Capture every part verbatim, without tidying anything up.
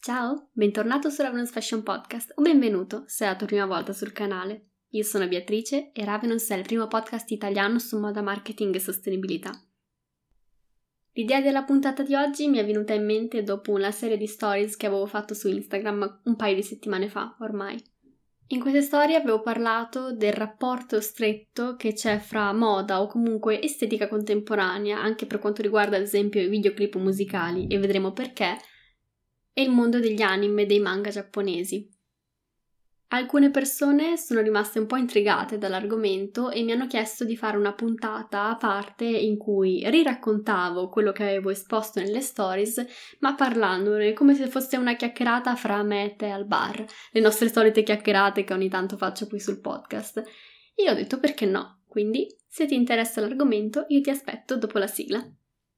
Ciao, bentornato su Ravenous Fashion Podcast o benvenuto se è la tua prima volta sul canale. Io sono Beatrice e Ravenous è il primo podcast italiano su moda, marketing e sostenibilità. L'idea della puntata di oggi mi è venuta in mente dopo una serie di stories che avevo fatto su Instagram un paio di settimane fa ormai. In queste storie avevo parlato del rapporto stretto che c'è fra moda o comunque estetica contemporanea, anche per quanto riguarda ad esempio i videoclip musicali, e vedremo perché, e il mondo degli anime e dei manga giapponesi. Alcune persone sono rimaste un po' intrigate dall'argomento e mi hanno chiesto di fare una puntata a parte in cui riraccontavo quello che avevo esposto nelle stories, ma parlandone come se fosse una chiacchierata fra me e te al bar, le nostre solite chiacchierate che ogni tanto faccio qui sul podcast. E io ho detto perché no, quindi se ti interessa l'argomento io ti aspetto dopo la sigla.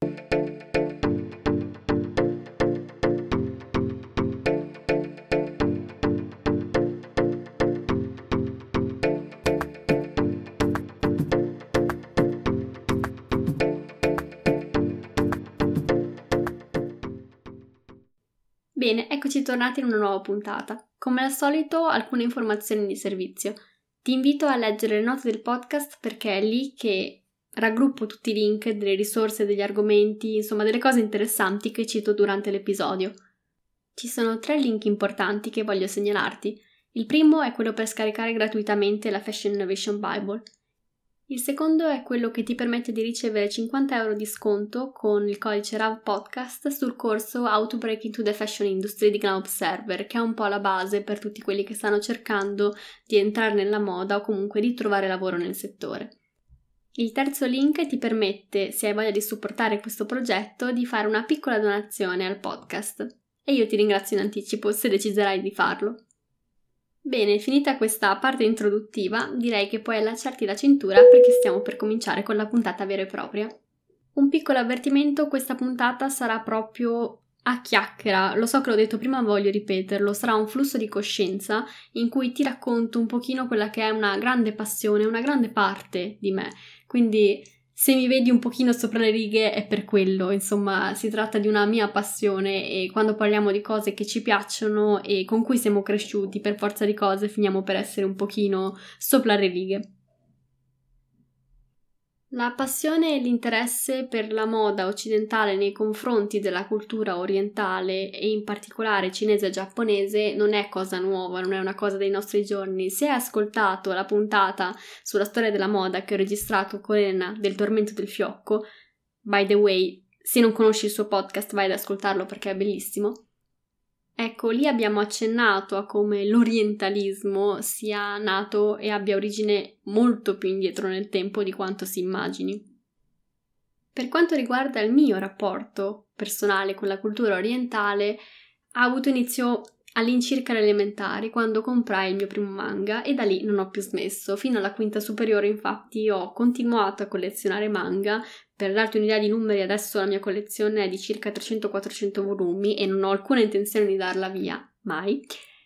Bene, eccoci tornati in una nuova puntata. Come al solito, alcune informazioni di servizio. Ti invito a leggere le note del podcast perché è lì che raggruppo tutti i link, delle risorse, degli argomenti, insomma delle cose interessanti che cito durante l'episodio. Ci sono tre link importanti che voglio segnalarti. Il primo è quello per scaricare gratuitamente la Fashion Innovation Bible. Il secondo è quello che ti permette di ricevere cinquanta euro di sconto con il codice R A V Podcast sul corso How to Break into the Fashion Industry di Glam Observer, che è un po' la base per tutti quelli che stanno cercando di entrare nella moda o comunque di trovare lavoro nel settore. Il terzo link ti permette, se hai voglia di supportare questo progetto, di fare una piccola donazione al podcast. E io ti ringrazio in anticipo se deciderai di farlo. Bene, finita questa parte introduttiva, direi che puoi allacciarti la cintura perché stiamo per cominciare con la puntata vera e propria. Un piccolo avvertimento, questa puntata sarà proprio a chiacchiera, lo so che l'ho detto prima, voglio ripeterlo, sarà un flusso di coscienza in cui ti racconto un pochino quella che è una grande passione, una grande parte di me, quindi se mi vedi un pochino sopra le righe è per quello, insomma si tratta di una mia passione e quando parliamo di cose che ci piacciono e con cui siamo cresciuti, per forza di cose finiamo per essere un pochino sopra le righe. La passione e l'interesse per la moda occidentale nei confronti della cultura orientale e in particolare cinese e giapponese non è cosa nuova, non è una cosa dei nostri giorni. Se hai ascoltato la puntata sulla storia della moda che ho registrato con Elena del Tormento del Fiocco, by the way, se non conosci il suo podcast vai ad ascoltarlo perché è bellissimo. Ecco, lì abbiamo accennato a come l'orientalismo sia nato e abbia origine molto più indietro nel tempo di quanto si immagini. Per quanto riguarda il mio rapporto personale con la cultura orientale, ha avuto inizio all'incirca alle elementari, quando comprai il mio primo manga e da lì non ho più smesso. Fino alla quinta superiore, infatti, ho continuato a collezionare manga. Per darti un'idea di numeri, adesso la mia collezione è di circa trecento quattrocento volumi e non ho alcuna intenzione di darla via, mai.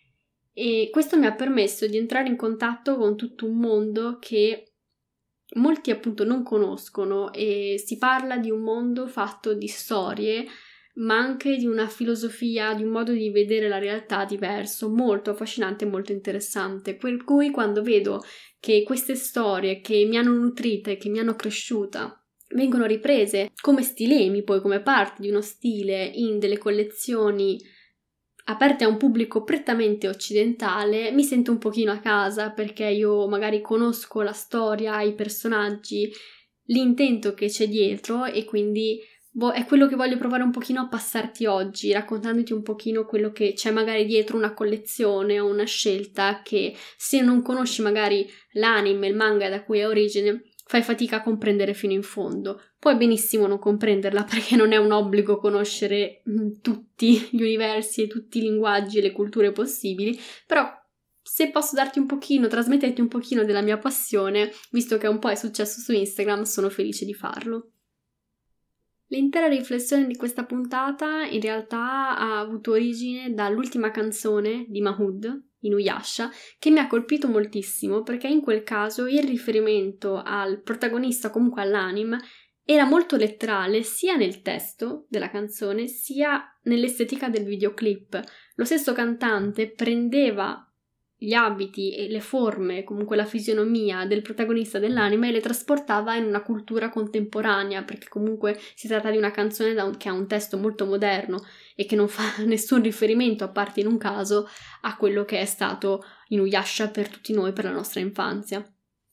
E questo mi ha permesso di entrare in contatto con tutto un mondo che molti appunto non conoscono e si parla di un mondo fatto di storie, ma anche di una filosofia, di un modo di vedere la realtà diverso, molto affascinante e molto interessante. Per cui quando vedo che queste storie che mi hanno nutrita e che mi hanno cresciuta vengono riprese come stilemi, poi come parte di uno stile in delle collezioni aperte a un pubblico prettamente occidentale, mi sento un pochino a casa perché io magari conosco la storia, i personaggi, l'intento che c'è dietro e quindi boh, è quello che voglio provare un pochino a passarti oggi, raccontandoti un pochino quello che c'è magari dietro una collezione o una scelta che se non conosci magari l'anime, il manga da cui è origine, fai fatica a comprendere fino in fondo. Puoi benissimo non comprenderla perché non è un obbligo conoscere mh, tutti gli universi e tutti i linguaggi e le culture possibili, però se posso darti un pochino, trasmetterti un pochino della mia passione, visto che un po' è successo su Instagram, sono felice di farlo. L'intera riflessione di questa puntata in realtà ha avuto origine dall'ultima canzone di Mahood, Inuyasha, che mi ha colpito moltissimo perché in quel caso il riferimento al protagonista, comunque all'anime, era molto letterale sia nel testo della canzone sia nell'estetica del videoclip. Lo stesso cantante prendeva gli abiti e le forme, comunque la fisionomia del protagonista dell'anime e le trasportava in una cultura contemporanea, perché comunque si tratta di una canzone da un, che ha un testo molto moderno e che non fa nessun riferimento, a parte in un caso, a quello che è stato Inuyasha per tutti noi, per la nostra infanzia.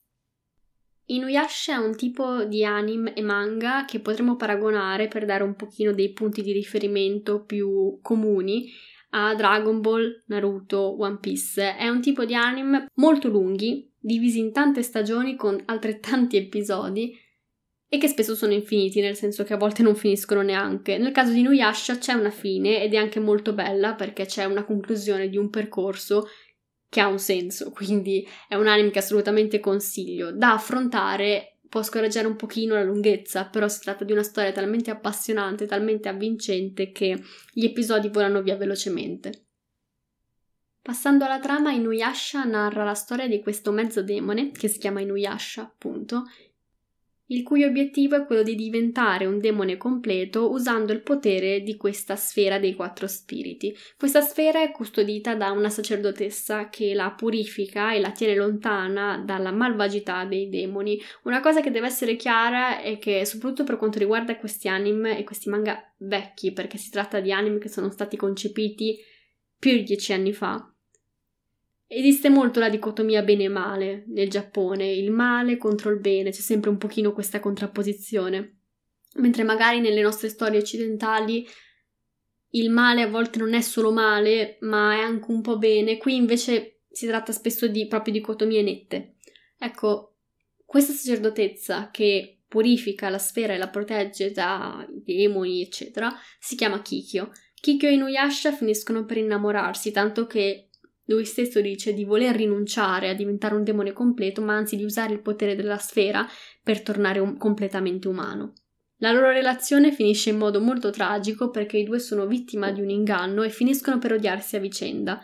Inuyasha è un tipo di anime e manga che potremmo paragonare, per dare un pochino dei punti di riferimento più comuni, a Dragon Ball, Naruto, One Piece. È un tipo di anime molto lunghi, divisi in tante stagioni con altrettanti episodi e che spesso sono infiniti, nel senso che a volte non finiscono neanche. Nel caso di Inuyasha c'è una fine ed è anche molto bella perché c'è una conclusione di un percorso che ha un senso, quindi è un anime che assolutamente consiglio. Da affrontare, può scoraggiare un pochino la lunghezza, però si tratta di una storia talmente appassionante, talmente avvincente che gli episodi volano via velocemente. Passando alla trama, Inuyasha narra la storia di questo mezzo demone, che si chiama Inuyasha, appunto, il cui obiettivo è quello di diventare un demone completo usando il potere di questa sfera dei quattro spiriti. Questa sfera è custodita da una sacerdotessa che la purifica e la tiene lontana dalla malvagità dei demoni. Una cosa che deve essere chiara è che, soprattutto per quanto riguarda questi anime e questi manga vecchi, perché si tratta di anime che sono stati concepiti più di dieci anni fa, esiste molto la dicotomia bene e male nel Giappone, il male contro il bene, c'è sempre un pochino questa contrapposizione, mentre magari nelle nostre storie occidentali il male a volte non è solo male, ma è anche un po' bene. Qui invece si tratta spesso di proprio dicotomie nette. Ecco, questa sacerdotessa che purifica la sfera e la protegge da demoni, eccetera, si chiama Kikyo. Kikyo e Inuyasha finiscono per innamorarsi, tanto che lui stesso dice di voler rinunciare a diventare un demone completo, ma anzi di usare il potere della sfera per tornare um- completamente umano. La loro relazione finisce in modo molto tragico perché i due sono vittima di un inganno e finiscono per odiarsi a vicenda.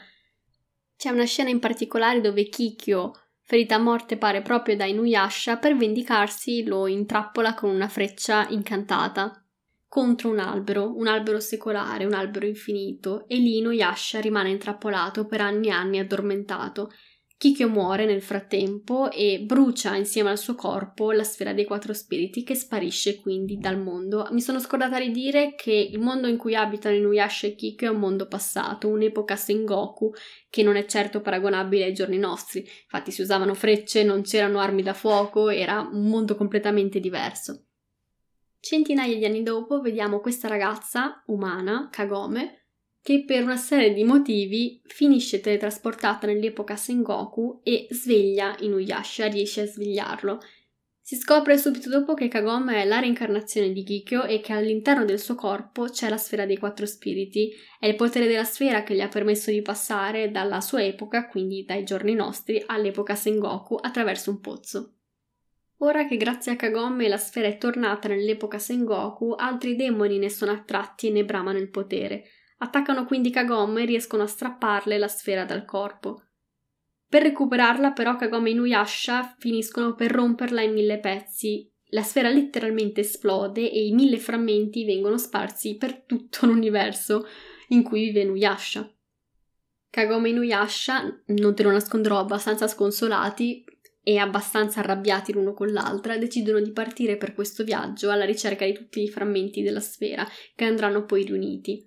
C'è una scena in particolare dove Kikyo, ferita a morte pare proprio da Inuyasha, per vendicarsi lo intrappola con una freccia incantata contro un albero, un albero secolare, un albero infinito, e lì Inuyasha rimane intrappolato per anni e anni addormentato. Kikyo muore nel frattempo e brucia insieme al suo corpo la sfera dei quattro spiriti, che sparisce quindi dal mondo. Mi sono scordata di dire che il mondo in cui abitano Inuyasha e Kikyo è un mondo passato, un'epoca Sengoku che non è certo paragonabile ai giorni nostri. Infatti si usavano frecce, non c'erano armi da fuoco, era un mondo completamente diverso. Centinaia di anni dopo vediamo questa ragazza umana, Kagome, che per una serie di motivi finisce teletrasportata nell'epoca Sengoku e sveglia Inuyasha, riesce a svegliarlo. Si scopre subito dopo che Kagome è la reincarnazione di Kikyo e che all'interno del suo corpo c'è la sfera dei quattro spiriti. È il potere della sfera che gli ha permesso di passare dalla sua epoca, quindi dai giorni nostri, all'epoca Sengoku attraverso un pozzo. Ora che grazie a Kagome la sfera è tornata nell'epoca Sengoku, altri demoni ne sono attratti e ne bramano il potere. Attaccano quindi Kagome e riescono a strapparle la sfera dal corpo. Per recuperarla però Kagome e Inuyasha finiscono per romperla in mille pezzi. La sfera letteralmente esplode e i mille frammenti vengono sparsi per tutto l'universo in cui vive Inuyasha. Kagome e Inuyasha, non te lo nasconderò, abbastanza sconsolati e abbastanza arrabbiati l'uno con l'altra, decidono di partire per questo viaggio alla ricerca di tutti i frammenti della sfera che andranno poi riuniti.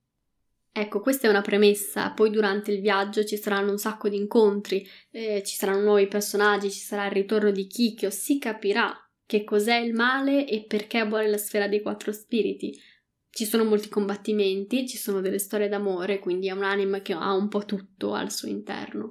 Ecco, questa è una premessa, poi durante il viaggio ci saranno un sacco di incontri, eh, ci saranno nuovi personaggi, ci sarà il ritorno di Kikyo, si capirà che cos'è il male e perché vuole la sfera dei quattro spiriti. Ci sono molti combattimenti, ci sono delle storie d'amore, quindi è un anime che ha un po' tutto al suo interno.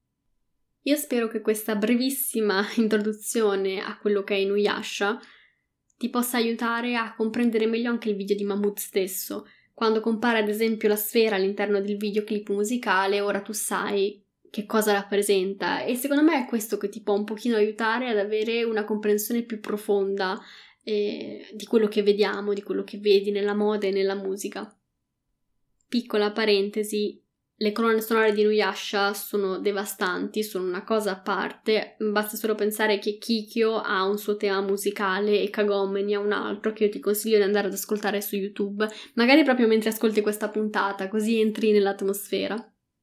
Io spero che questa brevissima introduzione a quello che è Inuyasha ti possa aiutare a comprendere meglio anche il video di Mahmood stesso. Quando compare ad esempio la sfera all'interno del videoclip musicale, ora tu sai che cosa rappresenta e secondo me è questo che ti può un pochino aiutare ad avere una comprensione più profonda eh, di quello che vediamo, di quello che vedi nella moda e nella musica. Piccola parentesi, Le colonne sonore di Inuyasha sono devastanti, sono una cosa a parte, basta solo pensare che Kikyo ha un suo tema musicale e Kagome ne ha un altro che io ti consiglio di andare ad ascoltare su YouTube, magari proprio mentre ascolti questa puntata, così entri nell'atmosfera.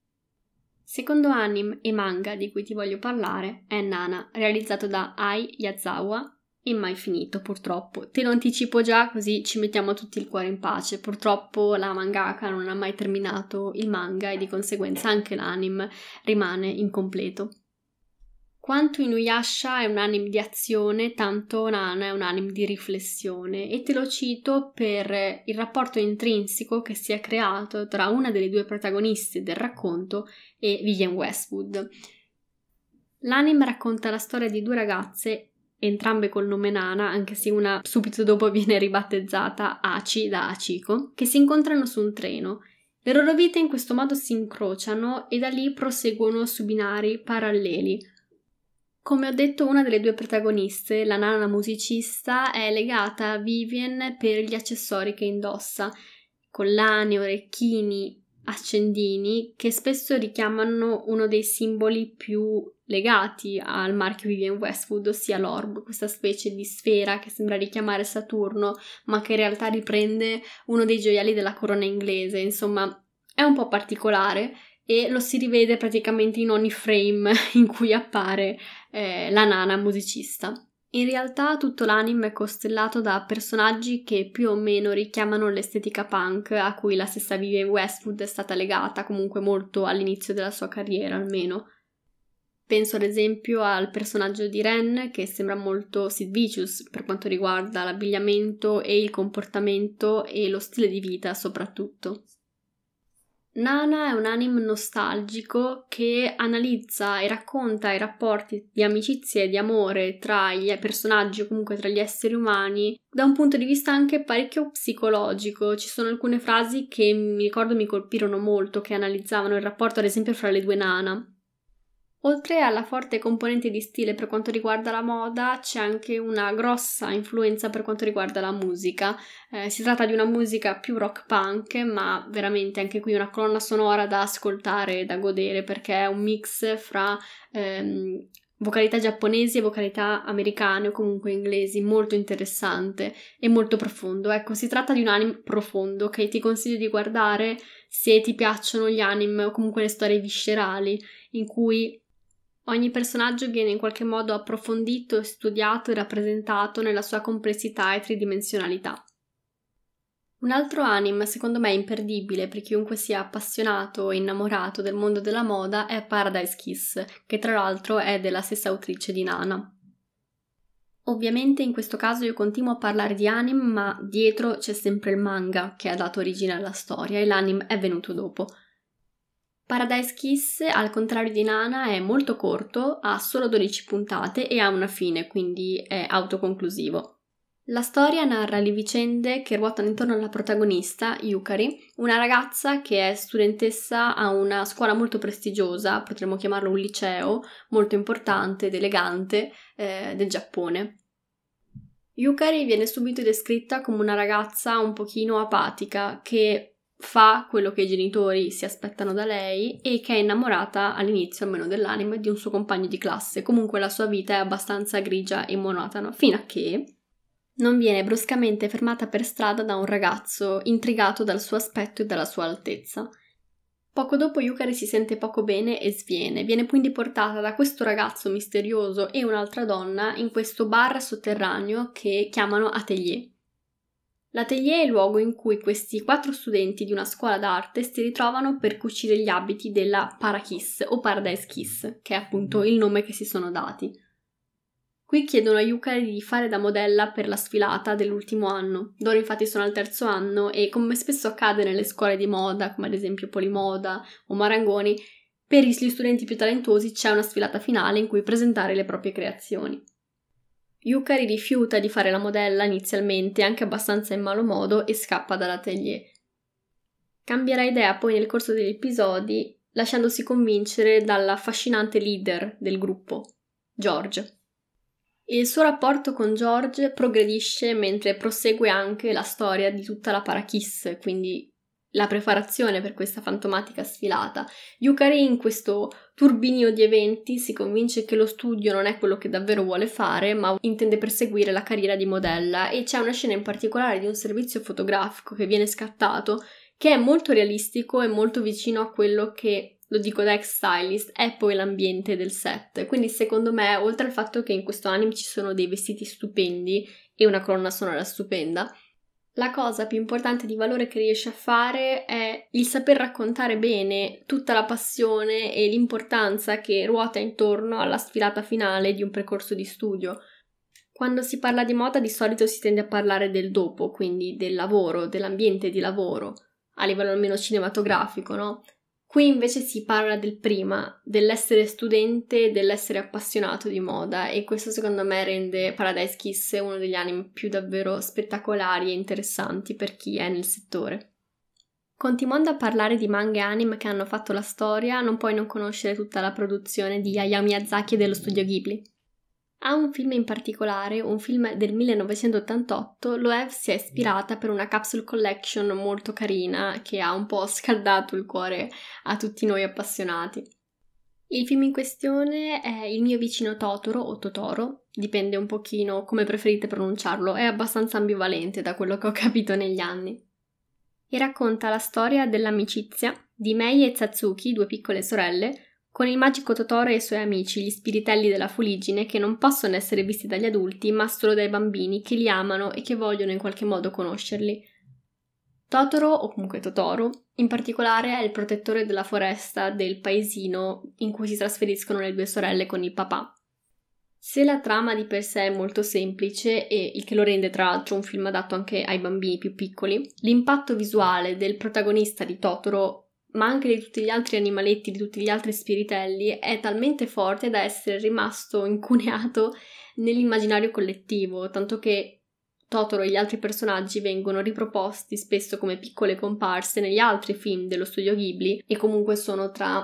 Secondo anime e manga di cui ti voglio parlare è Nana, realizzato da Ai Yazawa e mai finito purtroppo. Te lo anticipo già così ci mettiamo tutti il cuore in pace. Purtroppo la mangaka non ha mai terminato il manga e di conseguenza anche l'anime rimane incompleto. Quanto Inuyasha è un anime di azione, tanto Nana è un anime di riflessione e te lo cito per il rapporto intrinseco che si è creato tra una delle due protagoniste del racconto e Vivienne Westwood. L'anime racconta la storia di due ragazze, entrambe col nome Nana, anche se una subito dopo viene ribattezzata Achi da Achiko, che si incontrano su un treno. Le loro vite in questo modo si incrociano e da lì proseguono su binari paralleli. Come ho detto, una delle due protagoniste, la Nana musicista, è legata a Vivienne per gli accessori che indossa, collane, orecchini, accendini, che spesso richiamano uno dei simboli più legati al marchio Vivienne Westwood, ossia l'orb, questa specie di sfera che sembra richiamare Saturno, ma che in realtà riprende uno dei gioielli della corona inglese. Insomma, è un po' particolare e lo si rivede praticamente in ogni frame in cui appare eh, la Nana musicista. In realtà tutto l'anime è costellato da personaggi che più o meno richiamano l'estetica punk a cui la stessa Vivienne Westwood è stata legata, comunque molto all'inizio della sua carriera almeno. Penso ad esempio al personaggio di Ren, che sembra molto Sid Vicious per quanto riguarda l'abbigliamento e il comportamento e lo stile di vita soprattutto. Nana è un anime nostalgico che analizza e racconta i rapporti di amicizia e di amore tra i personaggi o comunque tra gli esseri umani da un punto di vista anche parecchio psicologico. Ci sono alcune frasi che mi ricordo mi colpirono molto, che analizzavano il rapporto ad esempio fra le due Nana. Oltre alla forte componente di stile per quanto riguarda la moda, c'è anche una grossa influenza per quanto riguarda la musica. Eh, si tratta di una musica più rock punk, ma veramente anche qui una colonna sonora da ascoltare e da godere, perché è un mix fra ehm, vocalità giapponesi e vocalità americane o comunque inglesi, molto interessante e molto profondo. Ecco, si tratta di un anime profondo che ti consiglio di guardare se ti piacciono gli anime o comunque le storie viscerali, in cui ogni personaggio viene in qualche modo approfondito, studiato e rappresentato nella sua complessità e tridimensionalità. Un altro anime, secondo me imperdibile per chiunque sia appassionato e innamorato del mondo della moda, è Paradise Kiss, che tra l'altro è della stessa autrice di Nana. Ovviamente in questo caso io continuo a parlare di anime, ma dietro c'è sempre il manga che ha dato origine alla storia e l'anime è venuto dopo. Paradise Kiss, al contrario di Nana, è molto corto, ha solo dodici puntate e ha una fine, quindi è autoconclusivo. La storia narra le vicende che ruotano intorno alla protagonista, Yukari, una ragazza che è studentessa a una scuola molto prestigiosa, potremmo chiamarlo un liceo, molto importante ed elegante, eh, del Giappone. Yukari viene subito descritta come una ragazza un pochino apatica, che fa quello che i genitori si aspettano da lei e che è innamorata all'inizio almeno dell'anime di un suo compagno di classe. Comunque la sua vita è abbastanza grigia e monotona, fino a che non viene bruscamente fermata per strada da un ragazzo intrigato dal suo aspetto e dalla sua altezza. Poco dopo Yukari si sente poco bene e sviene, viene quindi portata da questo ragazzo misterioso e un'altra donna in questo bar sotterraneo che chiamano Atelier. L'atelier è il luogo in cui questi quattro studenti di una scuola d'arte si ritrovano per cucire gli abiti della Parakiss o Paradise Kiss, che è appunto il nome che si sono dati. Qui chiedono a Yukari di fare da modella per la sfilata dell'ultimo anno. Loro infatti sono al terzo anno e, come spesso accade nelle scuole di moda, come ad esempio Polimoda o Marangoni, per gli studenti più talentuosi c'è una sfilata finale in cui presentare le proprie creazioni. Yukari rifiuta di fare la modella inizialmente, anche abbastanza in malo modo, e scappa dall'atelier. Cambierà idea poi nel corso degli episodi, lasciandosi convincere dall'affascinante leader del gruppo, George. Il suo rapporto con George progredisce mentre prosegue anche la storia di tutta la Parakiss, quindi la preparazione per questa fantomatica sfilata. Yukari in questo turbinio di eventi si convince che lo studio non è quello che davvero vuole fare, ma intende perseguire la carriera di modella, e c'è una scena in particolare di un servizio fotografico che viene scattato che è molto realistico e molto vicino a quello che, lo dico da ex stylist, è poi l'ambiente del set. Quindi secondo me, oltre al fatto che in questo anime ci sono dei vestiti stupendi e una colonna sonora stupenda, la cosa più importante di valore che riesce a fare è il saper raccontare bene tutta la passione e l'importanza che ruota intorno alla sfilata finale di un percorso di studio. Quando si parla di moda di solito si tende a parlare del dopo, quindi del lavoro, dell'ambiente di lavoro, a livello almeno cinematografico, no? Qui invece si parla del prima, dell'essere studente, dell'essere appassionato di moda, e questo secondo me rende Paradise Kiss uno degli anime più davvero spettacolari e interessanti per chi è nel settore. Continuando a parlare di manga e anime che hanno fatto la storia, non puoi non conoscere tutta la produzione di Hayao Miyazaki e dello studio Ghibli. A un film in particolare, un film del millenovecentottantotto, Loewe si è ispirata per una capsule collection molto carina che ha un po' scaldato il cuore a tutti noi appassionati. Il film in questione è Il mio vicino Totoro o Totoro, dipende un pochino come preferite pronunciarlo, è abbastanza ambivalente da quello che ho capito negli anni. E racconta la storia dell'amicizia di Mei e Satsuki, due piccole sorelle, con il magico Totoro e i suoi amici, gli spiritelli della fuliggine, che non possono essere visti dagli adulti, ma solo dai bambini che li amano e che vogliono in qualche modo conoscerli. Totoro, o comunque Totoro, in particolare è il protettore della foresta del paesino in cui si trasferiscono le due sorelle con il papà. Se la trama di per sé è molto semplice, e il che lo rende tra l'altro un film adatto anche ai bambini più piccoli, l'impatto visuale del protagonista di Totoro, ma anche di tutti gli altri animaletti, di tutti gli altri spiritelli, è talmente forte da essere rimasto incuneato nell'immaginario collettivo, tanto che Totoro e gli altri personaggi vengono riproposti spesso come piccole comparse negli altri film dello studio Ghibli e comunque sono tra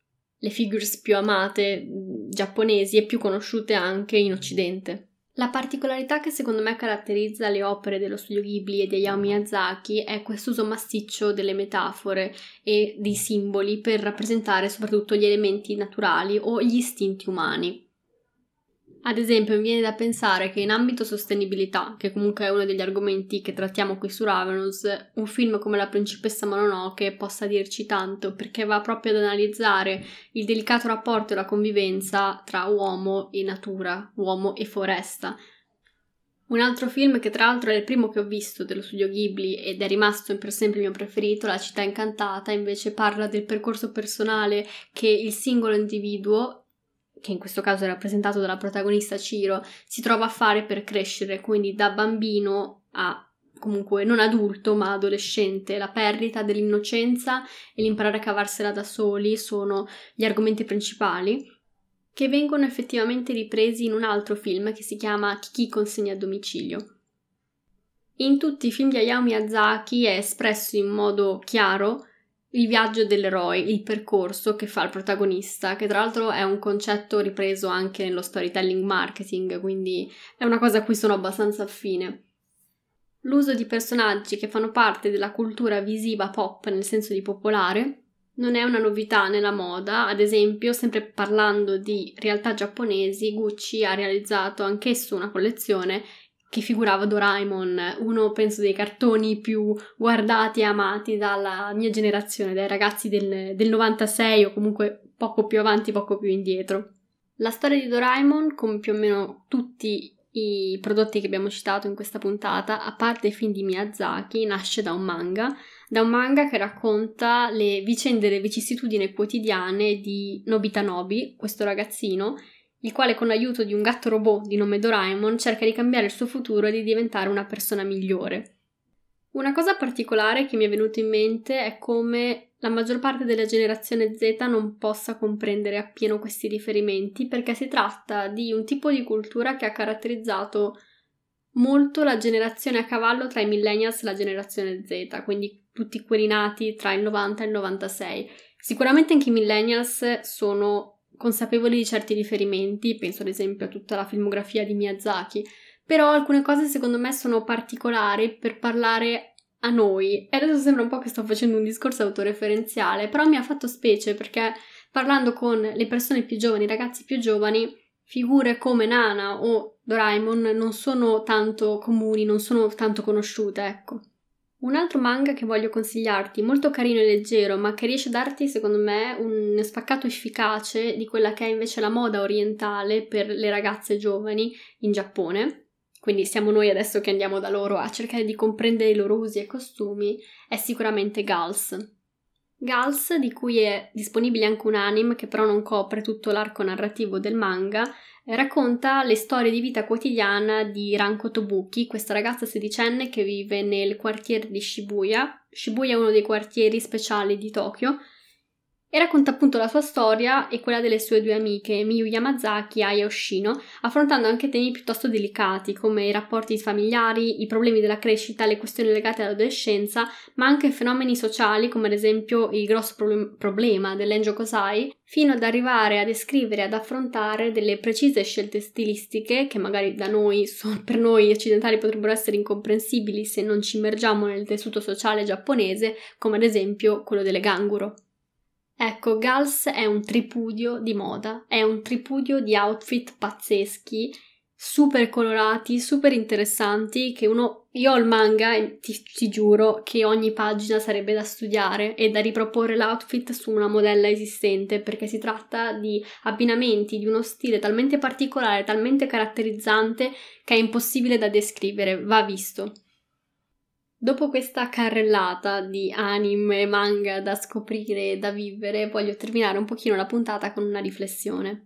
le figures più amate giapponesi e più conosciute anche in Occidente. La particolarità che secondo me caratterizza le opere dello studio Ghibli e di Hayao Miyazaki è questo uso massiccio delle metafore e dei simboli per rappresentare soprattutto gli elementi naturali o gli istinti umani. Ad esempio, mi viene da pensare che in ambito sostenibilità, che comunque è uno degli argomenti che trattiamo qui su Ravenous, un film come La principessa Mononoke possa dirci tanto, perché va proprio ad analizzare il delicato rapporto e la convivenza tra uomo e natura, uomo e foresta. Un altro film che tra l'altro è il primo che ho visto dello studio Ghibli ed è rimasto per sempre il mio preferito, La città incantata, invece parla del percorso personale che il singolo individuo, che in questo caso è rappresentato dalla protagonista Chiro, si trova a fare per crescere, quindi da bambino a comunque non adulto ma adolescente. La perdita dell'innocenza e l'imparare a cavarsela da soli sono gli argomenti principali, che vengono effettivamente ripresi in un altro film che si chiama Kiki consegna a domicilio. In tutti i film di Hayao Miyazaki è espresso in modo chiaro il viaggio dell'eroe, il percorso che fa il protagonista, che tra l'altro è un concetto ripreso anche nello storytelling marketing, quindi è una cosa a cui sono abbastanza affine. L'uso di personaggi che fanno parte della cultura visiva pop nel senso di popolare non è una novità nella moda. Ad esempio, sempre parlando di realtà giapponesi, Gucci ha realizzato anch'esso una collezione che figurava Doraemon, uno penso dei cartoni più guardati e amati dalla mia generazione, dai ragazzi del, del novantasei o comunque poco più avanti, poco più indietro. La storia di Doraemon, come più o meno tutti i prodotti che abbiamo citato in questa puntata, a parte i film di Miyazaki, nasce da un manga, da un manga che racconta le vicende e le vicissitudini quotidiane di Nobita Nobi, questo ragazzino, il quale con l'aiuto di un gatto robot di nome Doraemon cerca di cambiare il suo futuro e di diventare una persona migliore. Una cosa particolare che mi è venuta in mente è come la maggior parte della generazione Z non possa comprendere appieno questi riferimenti, perché si tratta di un tipo di cultura che ha caratterizzato molto la generazione a cavallo tra i millennials e la generazione Z, quindi tutti quelli nati tra il novanta e il novantasei. Sicuramente anche i millennials sono consapevoli di certi riferimenti, penso ad esempio a tutta la filmografia di Miyazaki, però alcune cose secondo me sono particolari per parlare a noi, e adesso sembra un po' che sto facendo un discorso autoreferenziale, però mi ha fatto specie perché parlando con le persone più giovani, i ragazzi più giovani, figure come Nana o Doraemon non sono tanto comuni, non sono tanto conosciute, ecco. Un altro manga che voglio consigliarti, molto carino e leggero, ma che riesce a darti, secondo me, un spaccato efficace di quella che è invece la moda orientale per le ragazze giovani in Giappone. Quindi siamo noi adesso che andiamo da loro a cercare di comprendere i loro usi e costumi, è sicuramente Girls. Girls, di cui è disponibile anche un anime che però non copre tutto l'arco narrativo del manga, racconta le storie di vita quotidiana di Ranko Tobuki, questa ragazza sedicenne che vive nel quartiere di Shibuya. Shibuya è uno dei quartieri speciali di Tokyo, e racconta appunto la sua storia e quella delle sue due amiche, Miyu Yamazaki e Aya Oshino, affrontando anche temi piuttosto delicati come i rapporti familiari, i problemi della crescita, le questioni legate all'adolescenza, ma anche fenomeni sociali come ad esempio il grosso problem- problema dell'Enjokosai, fino ad arrivare a descrivere e ad affrontare delle precise scelte stilistiche che magari da noi, per noi occidentali, potrebbero essere incomprensibili se non ci immergiamo nel tessuto sociale giapponese, come ad esempio quello delle ganguro. Ecco, Girls è un tripudio di moda, è un tripudio di outfit pazzeschi, super colorati, super interessanti, che uno... Io ho il manga e ti, ti giuro che ogni pagina sarebbe da studiare e da riproporre l'outfit su una modella esistente, perché si tratta di abbinamenti di uno stile talmente particolare, talmente caratterizzante, che è impossibile da descrivere, va visto. Dopo questa carrellata di anime e manga da scoprire e da vivere, voglio terminare un pochino la puntata con una riflessione.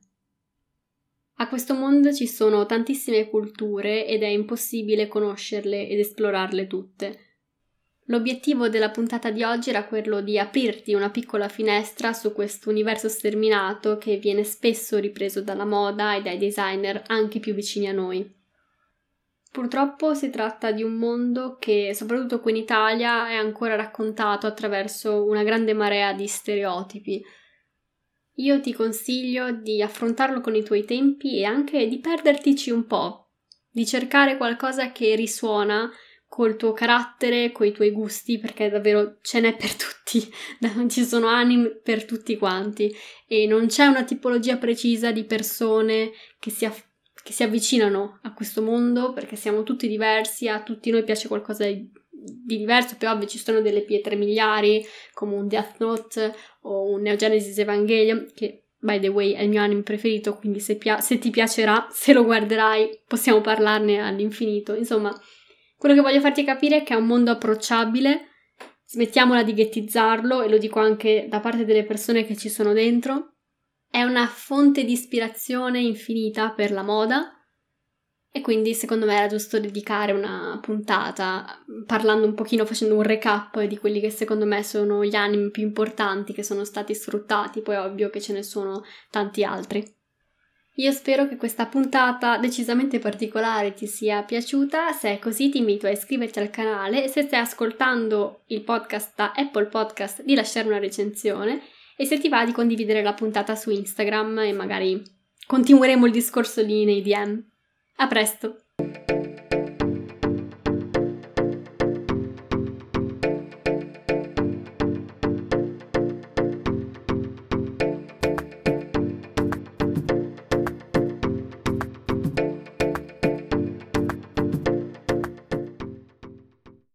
A questo mondo ci sono tantissime culture ed è impossibile conoscerle ed esplorarle tutte. L'obiettivo della puntata di oggi era quello di aprirti una piccola finestra su questo universo sterminato che viene spesso ripreso dalla moda e dai designer anche più vicini a noi. Purtroppo si tratta di un mondo che, soprattutto qui in Italia, è ancora raccontato attraverso una grande marea di stereotipi. Io ti consiglio di affrontarlo con i tuoi tempi e anche di perdertici un po', di cercare qualcosa che risuona col tuo carattere, coi tuoi gusti, perché davvero ce n'è per tutti, ci sono anime per tutti quanti e non c'è una tipologia precisa di persone che si affrontano che si avvicinano a questo mondo, perché siamo tutti diversi, a tutti noi piace qualcosa di, di diverso, poi ovvio ci sono delle pietre miliari come un Death Note o un Neo Genesis Evangelion, che by the way è il mio anime preferito, quindi se, pia- se ti piacerà, se lo guarderai, possiamo parlarne all'infinito. Insomma, quello che voglio farti capire è che è un mondo approcciabile, smettiamola di ghettizzarlo, e lo dico anche da parte delle persone che ci sono dentro. È una fonte di ispirazione infinita per la moda e quindi secondo me era giusto dedicare una puntata parlando un pochino, facendo un recap di quelli che secondo me sono gli anime più importanti che sono stati sfruttati, poi è ovvio che ce ne sono tanti altri. Io spero che questa puntata decisamente particolare ti sia piaciuta, se è così ti invito a iscriverti al canale e se stai ascoltando il podcast da Apple Podcast di lasciare una recensione. E se ti va di condividere la puntata su Instagram e magari continueremo il discorso lì nei D M. A presto!